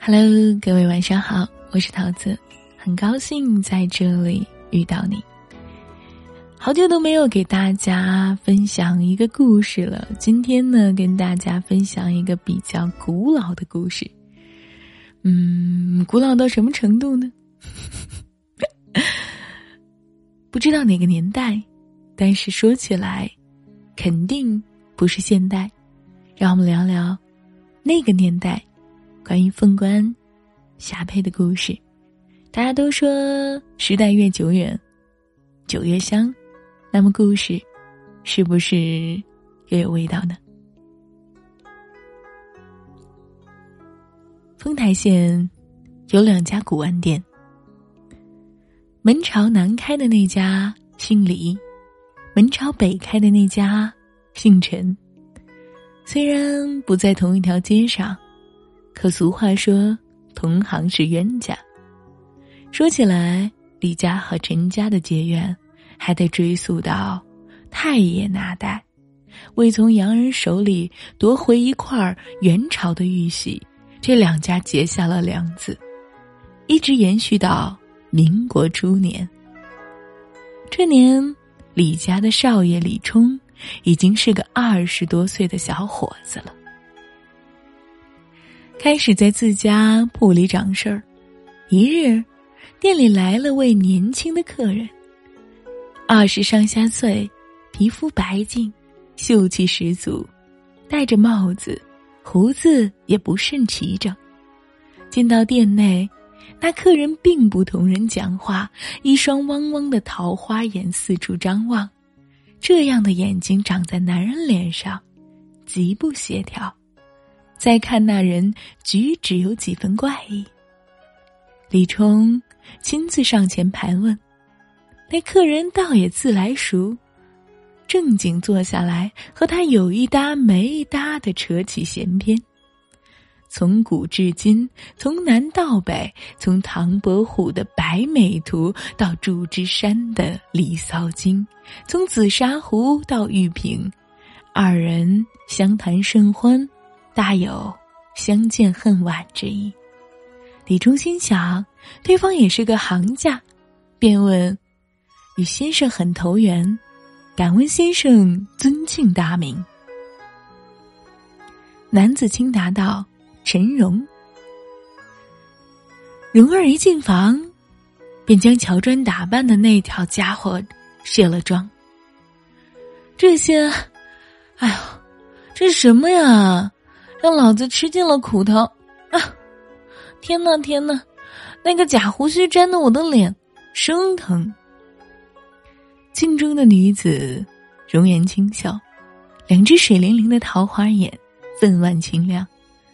Hello， 各位晚上好，我是桃子，很高兴在这里遇到你。好久都没有给大家分享一个故事了，今天呢，跟大家分享一个比较古老的故事。古老到什么程度呢？不知道哪个年代，但是说起来，肯定不是现代。让我们聊聊那个年代关于凤冠霞帔的故事。大家都说时代越久远酒越香，那么故事是不是越有味道呢？丰台县有2家古玩店，门朝南开的那家姓李，门朝北开的那家姓陈。虽然不在同一条街上，可俗话说同行是冤家。说起来，李家和陈家的结缘还得追溯到太爷那代，为从洋人手里夺回一块元朝的玉玺，这2家结下了梁子，一直延续到民国初年。这年，李家的少爷李冲已经是个20多岁的小伙子了，开始在自家铺里掌事儿。一日，店里来了位年轻的客人，20上下岁，皮肤白净，秀气十足，戴着帽子，胡子也不甚齐整。进到店内，那客人并不同人讲话，一双汪汪的桃花眼四处张望，这样的眼睛长在男人脸上，极不协调。再看那人举止有几分怪异，李冲亲自上前盘问，那客人倒也自来熟，正经坐下来和他有一搭没一搭地扯起闲篇。从古至今，从南到北，从唐伯虎的白美图到祝枝山的离骚经，从紫砂壶到玉瓶，2人相谈甚欢，大有相见恨晚之意。李冲心想，对方也是个行家，便问：与先生很投缘，敢问先生尊姓大名？男子轻答道：陈荣。荣儿一进房，便将乔装打扮的那条家伙卸了妆。这些，哎呦，这什么呀？让老子吃尽了苦头啊！天哪天哪，那个假胡须沾得我的脸生疼。镜中的女子容颜清秀，2只水灵灵的桃花眼分外清亮。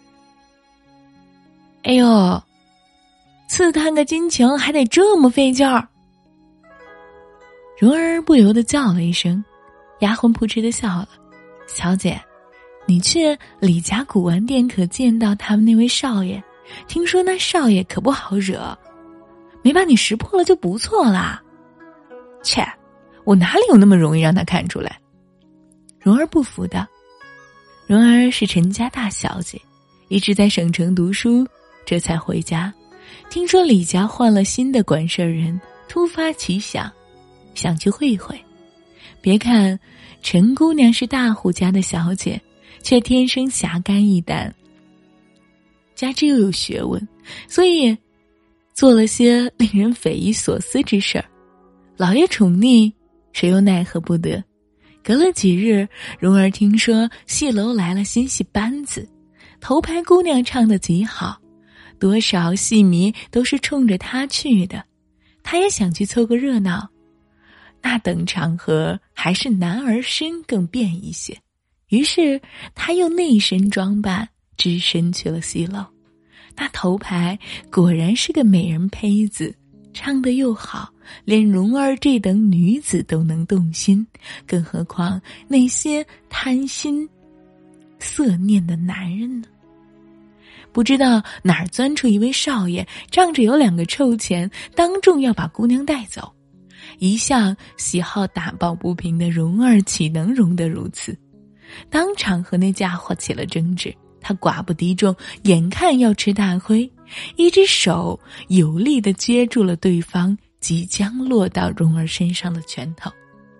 哎呦，刺探个金球还得这么费劲儿。蓉儿不由得叫了一声，丫鬟扑哧地笑了：小姐，你去李家古玩店可见到他们那位少爷？听说那少爷可不好惹，没把你识破了就不错啦。切，我哪里有那么容易让他看出来？蓉儿不服道。蓉儿是陈家大小姐，一直在省城读书，这才回家。听说李家换了新的管事人，突发奇想，想去会会。别看陈姑娘是大户家的小姐，却天生侠肝义胆，加之又有学问，所以做了些令人匪夷所思之事儿。老爷宠溺，谁又奈何不得？隔了几日，蓉儿听说戏楼来了新戏班子，头牌姑娘唱得极好，多少戏迷都是冲着她去的，她也想去凑个热闹。那等场合还是男儿身更便一些，于是她又内身装扮，只身去了戏楼。那头牌果然是个美人胚子，唱得又好，连蓉儿这等女子都能动心，更何况那些贪心色念的男人呢？不知道哪儿钻出一位少爷，仗着有2个臭钱，当众要把姑娘带走。一向喜好打抱不平的蓉儿岂能容得如此？当场和那家伙起了争执，他寡不敌众，眼看要吃大亏， 一只手有力地接住了对方即将落到蓉儿身上的拳头。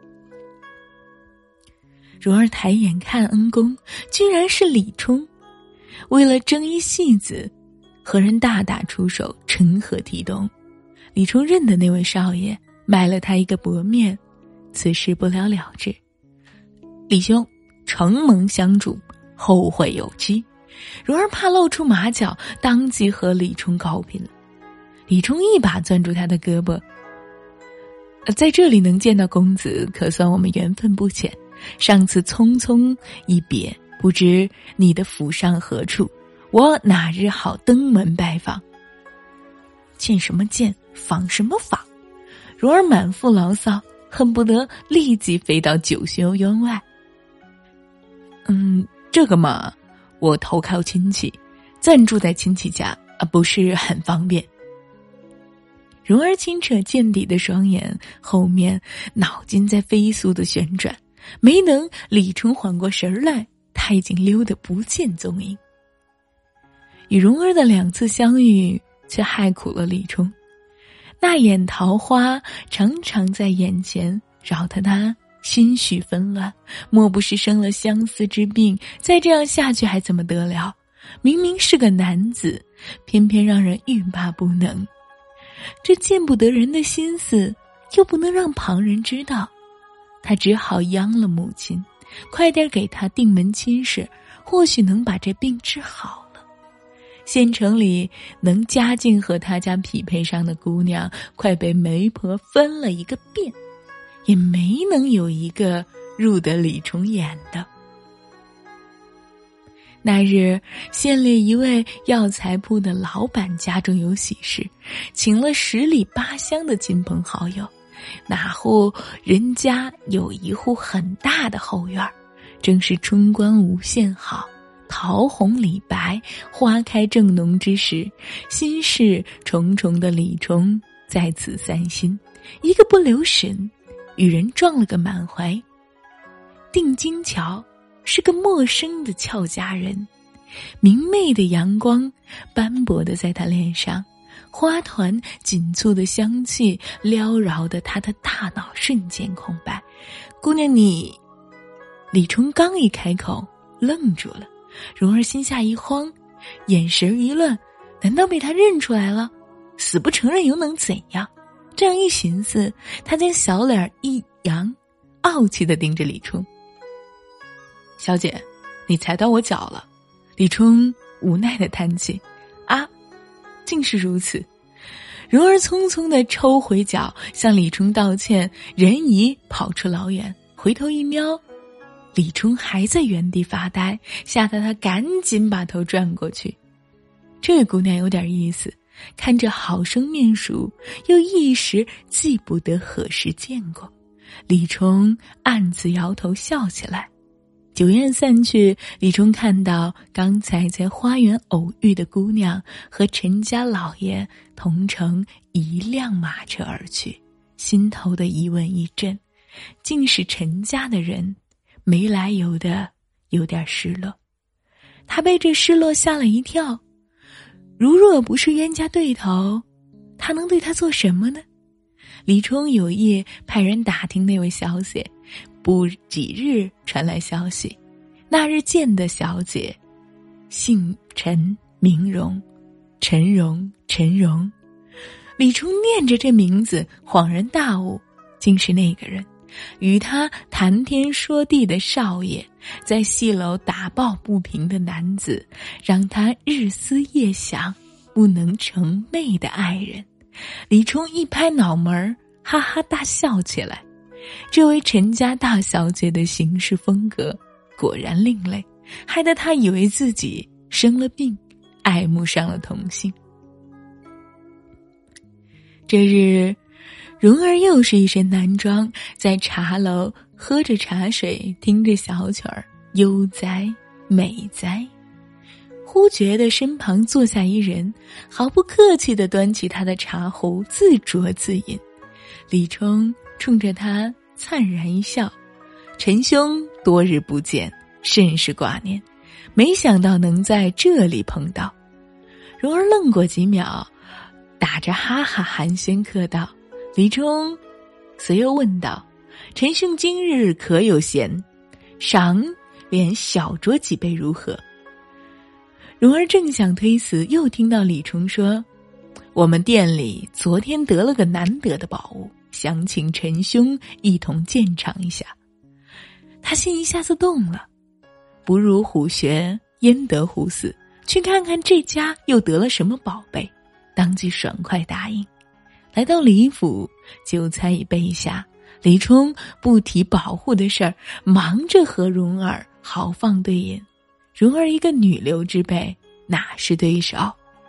蓉儿抬眼看恩公，居然是李冲。为了争一戏子，和人大打出手，成何体统？李冲认得那位少爷，卖了他一个薄面，此事不了了之。李兄，承蒙相助，后会有期。蓉儿怕露出马脚，当即和李冲告别了。李冲一把攥住他的胳膊，在这里能见到公子，可算我们缘分不浅。上次匆匆一别，不知你的府上何处，我哪日好登门拜访。见什么见，访什么访？蓉儿满腹牢骚，恨不得立即飞到九霄员外。这个嘛，我投靠亲戚，暂住在亲戚家，不是很方便。蓉儿清澈见底的双眼后面脑筋在飞速的旋转，没等李冲缓过神来，他已经溜得不见踪影。与蓉儿的2次相遇却害苦了李冲，那眼桃花常常在眼前，扰得他心绪纷乱，莫不是生了相思之病？再这样下去还怎么得了？明明是个男子，偏偏让人欲罢不能。这见不得人的心思又不能让旁人知道，他只好央了母亲，快点给他定门亲事，或许能把这病治好了。县城里能家境和他家匹配上的姑娘，快被媒婆分了一个遍，也没能有一个入得李冲眼的。那日县里一位药材铺的老板家中有喜事，请了10里8乡的亲朋好友。哪户人家有一户很大的后院，正是春光无限好，桃红李白，花开正浓之时。心事重重的李冲在此散心，一个不留神与人撞了个满怀。定睛瞧，是个陌生的俏佳人，明媚的阳光斑驳的在她脸上，花团紧簇的香气撩扰的他的大脑瞬间空白。姑娘你……李冲刚一开口愣住了，蓉儿心下一慌，眼神一乱，难道被他认出来了？死不承认又能怎样？这样一寻思，他将小脸一扬，傲气地盯着李冲。小姐，你踩到我脚了。李冲无奈地叹气，啊，竟是如此。蓉儿匆匆地抽回脚，向李冲道歉，人已跑出老远，回头一瞄，李冲还在原地发呆，吓得他赶紧把头转过去。这姑娘有点意思，看着好生面熟，又一时记不得何时见过。李冲暗自摇头笑起来。酒宴散去，李冲看到刚才在花园偶遇的姑娘和陈家老爷同乘一辆马车而去，心头的疑问一震，竟是陈家的人，没来由的有点失落。他被这失落吓了一跳，如若不是冤家对头，他能对他做什么呢？李冲有意派人打听那位小姐，不几日传来消息，那日见的小姐姓陈名荣，陈荣。李冲念着这名字，恍然大悟，竟是那个人。与他谈天说地的少爷，在戏楼打抱不平的男子，让他日思夜想不能成寐的爱人。李冲一拍脑门，哈哈大笑起来。这位陈家大小姐的行事风格果然另类，害得他以为自己生了病，爱慕上了同性。这日蓉儿又是一身男装，在茶楼喝着茶水，听着小曲儿，悠哉美哉。忽觉得身旁坐下一人，毫不客气地端起他的茶壶，自酌自饮。李冲冲着他灿然一笑，陈兄多日不见，甚是挂念，没想到能在这里碰到。 蓉儿愣过几秒，打着哈哈寒暄客道。李冲随又问道：陈兄今日可有闲？赏连小酌几杯如何？蓉儿正想推辞，又听到李冲说：我们店里昨天得了个难得的宝物，想请陈兄一同鉴赏一下。他心一下子动了，不入虎穴焉得虎子，去看看这家又得了什么宝贝，当即爽快答应。来到李府，酒菜已备下，李冲不提保护的事儿，忙着和蓉儿豪放对饮。蓉儿一个女流之辈，哪是对手？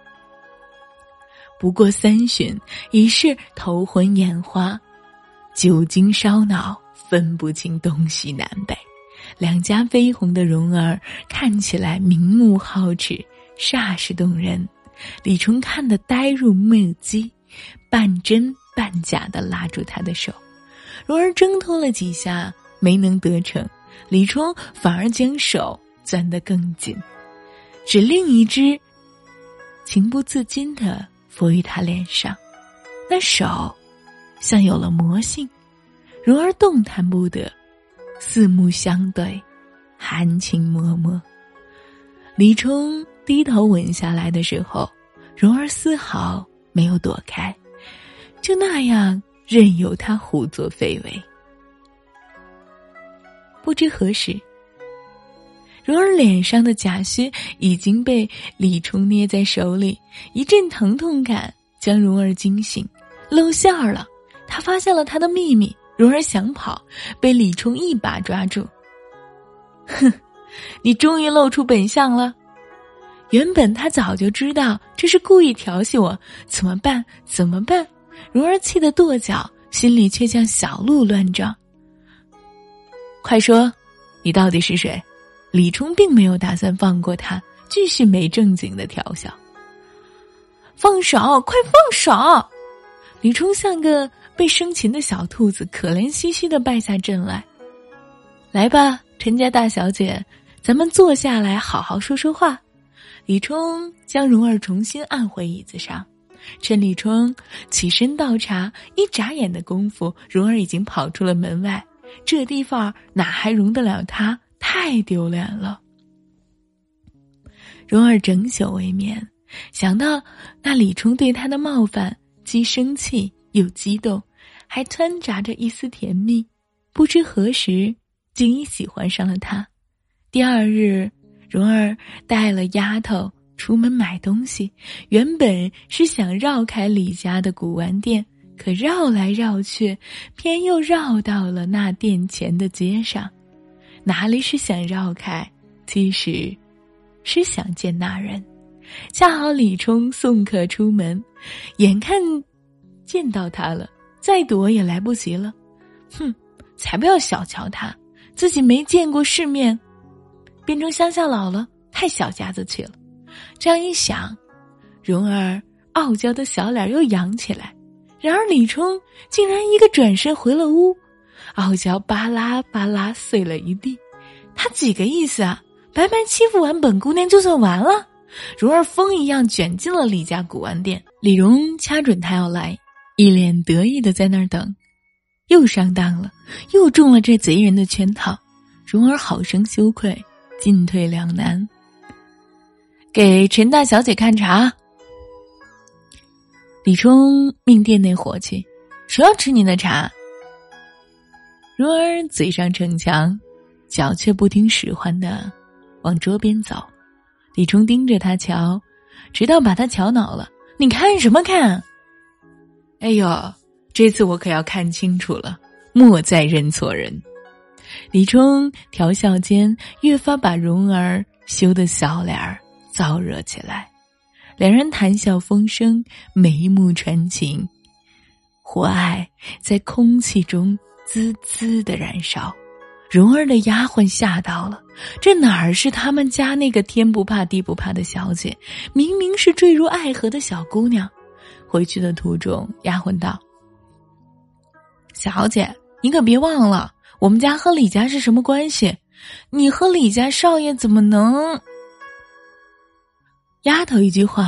不过3巡，已是头昏眼花，酒精烧脑，分不清东西南北。两颊绯红的蓉儿看起来明目皓齿，煞是动人。李冲看得呆入目鸡，半真半假地拉住他的手。蓉儿挣脱了几下，没能得逞，李冲反而将手攥得更紧，只另一只情不自禁地伏于他脸上，那手像有了魔性，蓉儿动弹不得，四目相对，含情脉脉。李冲低头吻下来的时候，蓉儿丝毫没有躲开，就那样任由他胡作非为。不知何时，蓉儿脸上的假须已经被李冲捏在手里，一阵疼痛感将蓉儿惊醒，露馅儿了。他发现了他的秘密，蓉儿想跑，被李冲一把抓住。哼，你终于露出本相了。原本他早就知道这是故意调戏我，怎么办？怎么办？蓉儿气得跺脚，心里却像小鹿乱撞。快说，你到底是谁？李冲并没有打算放过他，继续没正经的调笑。放手，快放手！李冲像个被生擒的小兔子，可怜兮兮地败下阵来。来吧，陈家大小姐，咱们坐下来好好说说话。李冲将蓉儿重新按回椅子上，趁李冲起身倒茶，一眨眼的功夫，蓉儿已经跑出了门外。这地方哪还容得了他？太丢脸了。蓉儿整宿未眠，想到那李冲对他的冒犯，既生气又激动，还掺杂着一丝甜蜜，不知何时竟已喜欢上了他。第二日，蓉儿带了丫头出门买东西，原本是想绕开李家的古玩店，可绕来绕去，偏又绕到了那店前的街上。哪里是想绕开，其实是想见那人。恰好李冲送客出门，眼看见到他了，再躲也来不及了。哼，才不要小瞧他，自己没见过世面，变成乡下佬了，太小家子气了。这样一想，蓉儿傲娇的小脸又扬起来。然而李冲竟然一个转身回了屋，傲娇巴拉巴拉碎了一地。他几个意思啊？白白欺负完本姑娘就算完了？蓉儿风一样卷进了李家古玩店。李荣掐准他要来，一脸得意的在那儿等。又上当了，又中了这贼人的圈套。蓉儿好生羞愧，进退两难。给陈大小姐看茶。李冲命店内伙计，谁要吃您的茶？蓉儿嘴上逞强，脚却不听使唤的往桌边走。李冲盯着他瞧，直到把他瞧恼了。你看什么看？哎呦，这次我可要看清楚了，莫再认错人。李冲调笑间，越发把蓉儿羞得小脸儿燥热起来。两人谈笑风生，眉目传情，火爱在空气中滋滋地燃烧。蓉儿的丫鬟吓到了，这哪儿是他们家那个天不怕地不怕的小姐，明明是坠入爱河的小姑娘。回去的途中，丫鬟道：小姐，你可别忘了，我们家和李家是什么关系？你和李家少爷怎么能……丫头一句话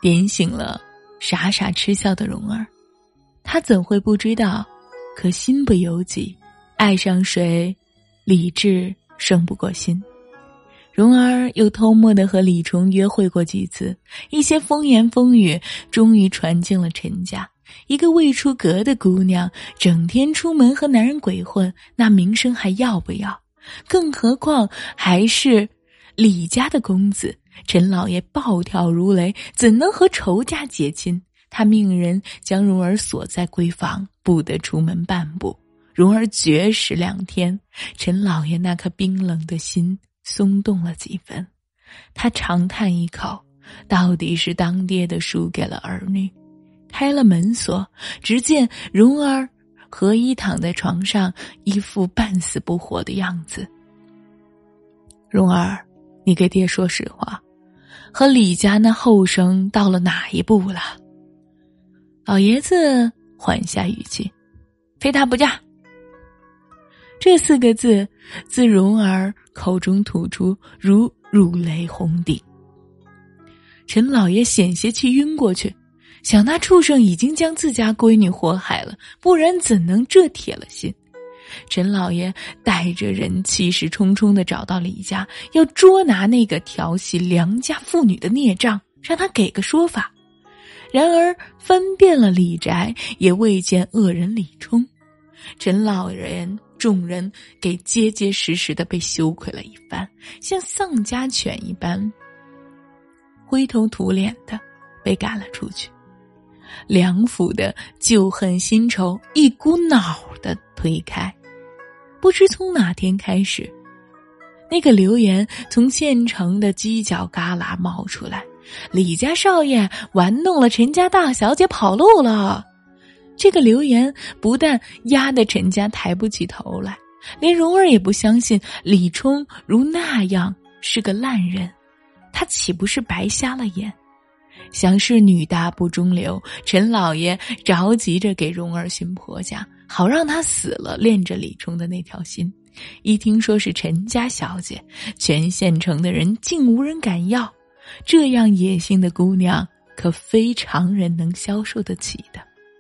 点醒了傻傻痴笑的蓉儿。他怎会不知道，可心不由己，爱上谁，理智胜不过心。蓉儿又偷摸地和李冲约会过几次，一些风言风语终于传进了陈家。一个未出阁的姑娘，整天出门和男人鬼混，那名声还要不要？更何况还是李家的公子，陈老爷暴跳如雷，怎能和仇家结亲？他命人将蓉儿锁在闺房，不得出门半步。蓉儿绝食2天，陈老爷那颗冰冷的心松动了几分。他长叹一口，到底是当爹的输给了儿女。开了门锁，只见蓉儿何衣躺在床上，一副半死不活的样子。蓉儿，你给爹说实话，和李家那后生到了哪一步了？老爷子缓下语气，非他不嫁。这4个字自蓉儿口中吐出，如如雷轰顶。陈老爷险些气晕过去，想那畜生已经将自家闺女祸害了，不然怎能这铁了心？陈老爷带着人气势冲冲地找到李家，要捉拿那个调戏良家妇女的孽障，让他给个说法。然而翻遍了李宅，也未见恶人李冲。陈老人众人给结结实实地被羞愧了一番，像丧家犬一般灰头土脸的被赶了出去。梁府的旧恨新仇一股脑的推开。不知从哪天开始，那个流言从县城的犄角旮旯冒出来，李家少爷玩弄了陈家大小姐跑路了。这个流言不但压得陈家抬不起头来，连蓉儿也不相信李冲如那样是个烂人，他岂不是白瞎了眼？想是女大不中留，陈老爷着急着给蓉儿寻婆家，好让她死了恋着李冲的那条心。一听说是陈家小姐，全县城的人竟无人敢要。这样野心的姑娘，可非常人能消受得起的。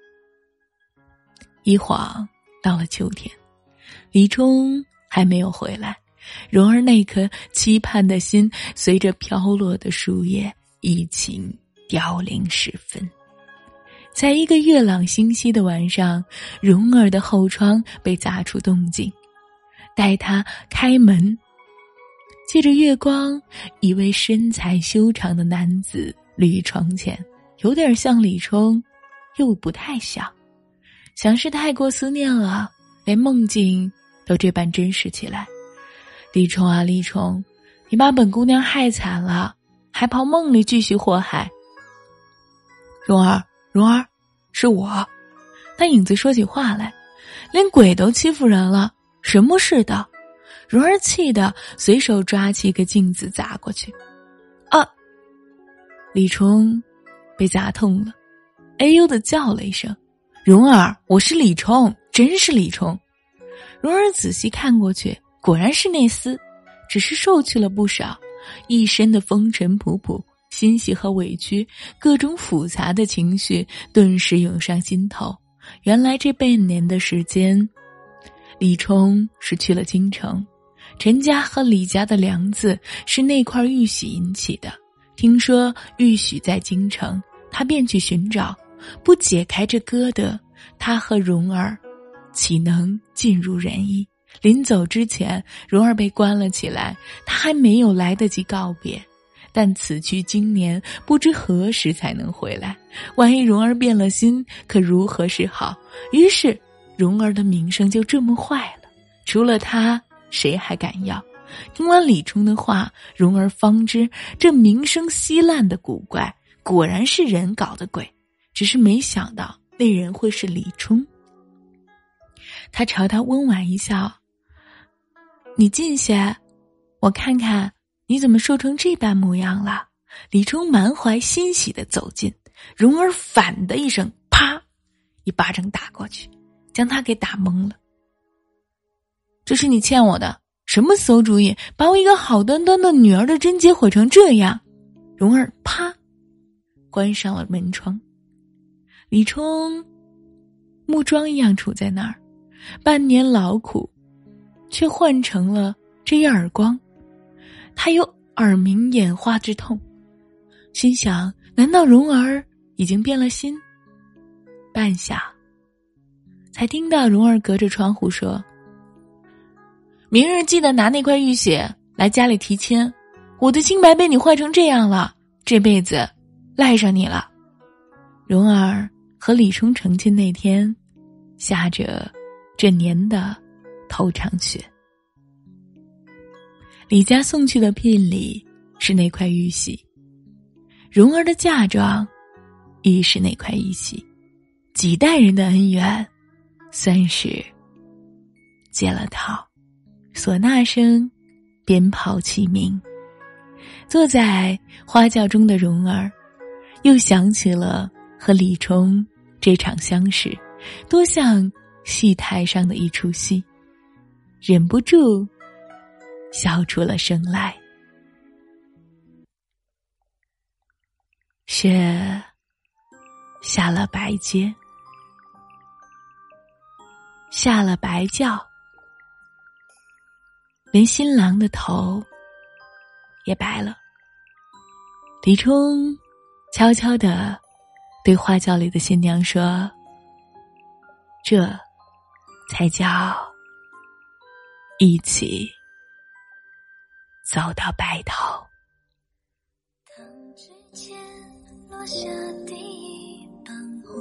一晃到了秋天，李冲还没有回来，蓉儿那颗期盼的心随着飘落的树叶一起凋零10分。在一个月朗星稀的晚上，蓉儿的后窗被砸出动静，待他开门，借着月光，一位身材修长的男子立于窗前，有点像李冲，又不太像。想是太过思念了，连梦境都这般真实起来。李冲啊李冲，你把本姑娘害惨了，还跑梦里继续祸害。蓉儿，蓉儿，是我。那影子说起话来，连鬼都欺负人了，什么世道？蓉儿气得随手抓起一个镜子砸过去。啊！李冲被砸痛了，哎呦的叫了一声。蓉儿，我是李冲，真是李冲。蓉儿仔细看过去，果然是那厮，只是瘦去了不少，一身的风尘仆仆，欣喜和委屈，各种复杂的情绪顿时涌上心头。原来这半年的时间，李冲是去了京城，陈家和李家的梁子是那块玉玺引起的。听说玉玺在京城，他便去寻找，不解开这疙瘩，他和蓉儿岂能尽如人意？临走之前，蓉儿被关了起来，他还没有来得及告别。但此去经年，不知何时才能回来。万一蓉儿变了心，可如何是好？于是蓉儿的名声就这么坏了，除了他，谁还敢要？听完李冲的话，蓉儿方知这名声稀烂的古怪，果然是人搞的鬼，只是没想到那人会是李冲。他朝他温婉一笑，你近些，我看看你怎么瘦成这般模样了。李冲满怀欣喜地走近，蓉儿反的一声，啪，一巴掌打过去，将他给打懵了。这是你欠我的，什么馊主意，把我一个好端端的女儿的贞洁毁成这样。蓉儿啪， 关上了门窗。李冲木桩一样杵在那儿，半年劳苦，却换成了这一耳光。他有耳鸣眼花之痛，心想难道蓉儿已经变了心？半晌才听到蓉儿隔着窗户说，明日记得拿那块玉玺来家里提亲，我的清白被你坏成这样了，这辈子赖上你了。蓉儿和李冲成亲那天，下着这年的头场雪。李家送去的聘礼是那块玉玺，蓉儿的嫁妆亦是那块玉玺，几代人的恩怨算是解了套。唢呐声，鞭炮齐鸣，坐在花轿中的蓉儿又想起了和李冲这场相识，多像戏台上的一出戏，忍不住笑出了声来。雪下了白街，下了白轿，连新郎的头也白了。李冲悄悄地对花轿里的新娘说，这才叫一起走到白头。 当指尖落下第一瓣红，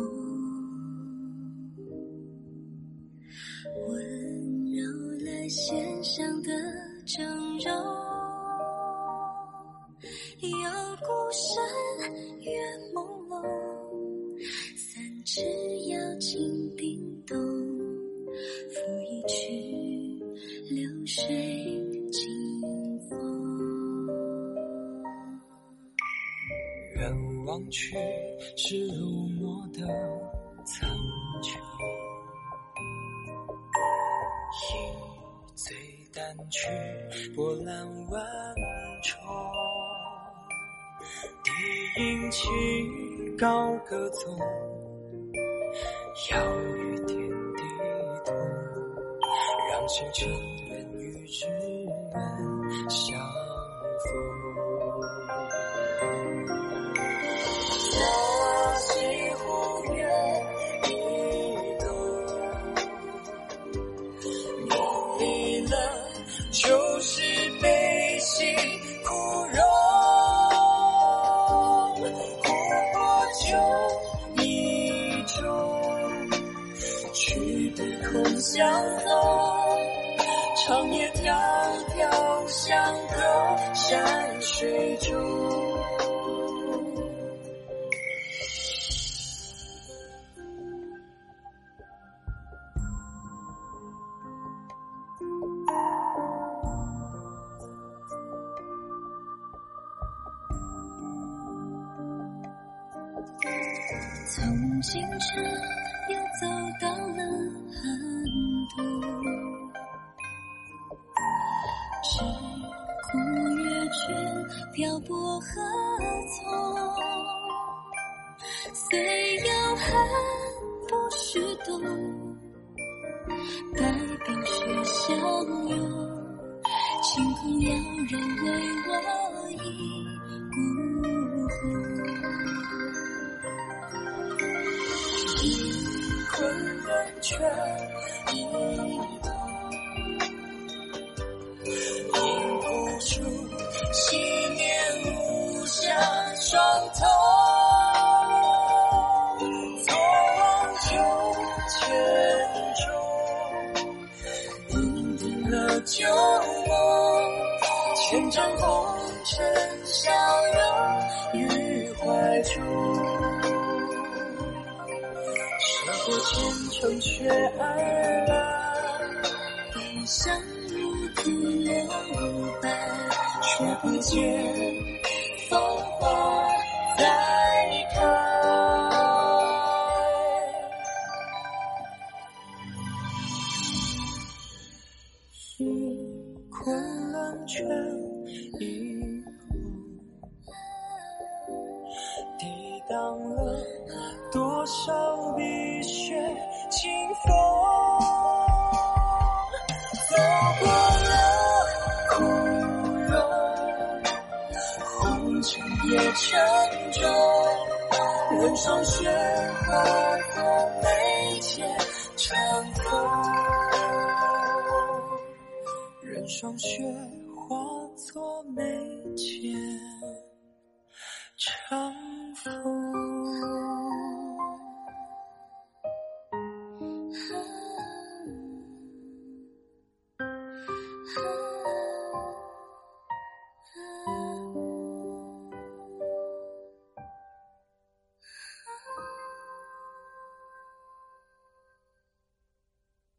温柔了线上的整容，有孤身月朦胧，三尺瑶琴叮咚，拂一曲流水清风。 远望去，是入墨的苍穹，一醉淡去，波澜万重。低吟起高歌纵，遥与天地同，让星辰缘与之人相逢。我西湖月一动，梦里了旧时悲喜枯荣，苦过酒一盅，举杯空相送，长夜迢迢相隔山水中。 从清晨又走到了寒冬，只苦月缺漂泊何从，虽有恨不许动，待冰雪相拥，晴空悠然为我一孤鸿。昆仑泉一动，饮不出昔年无暇双瞳，坐望九泉中，饮尽了旧梦，千丈红尘相拥于怀中。过千城雪儿来，悲伤如此留白，却不见芳华再开。是昆仑泉一空，抵达沉重，任霜雪化作眉间长风，任霜雪化作眉间长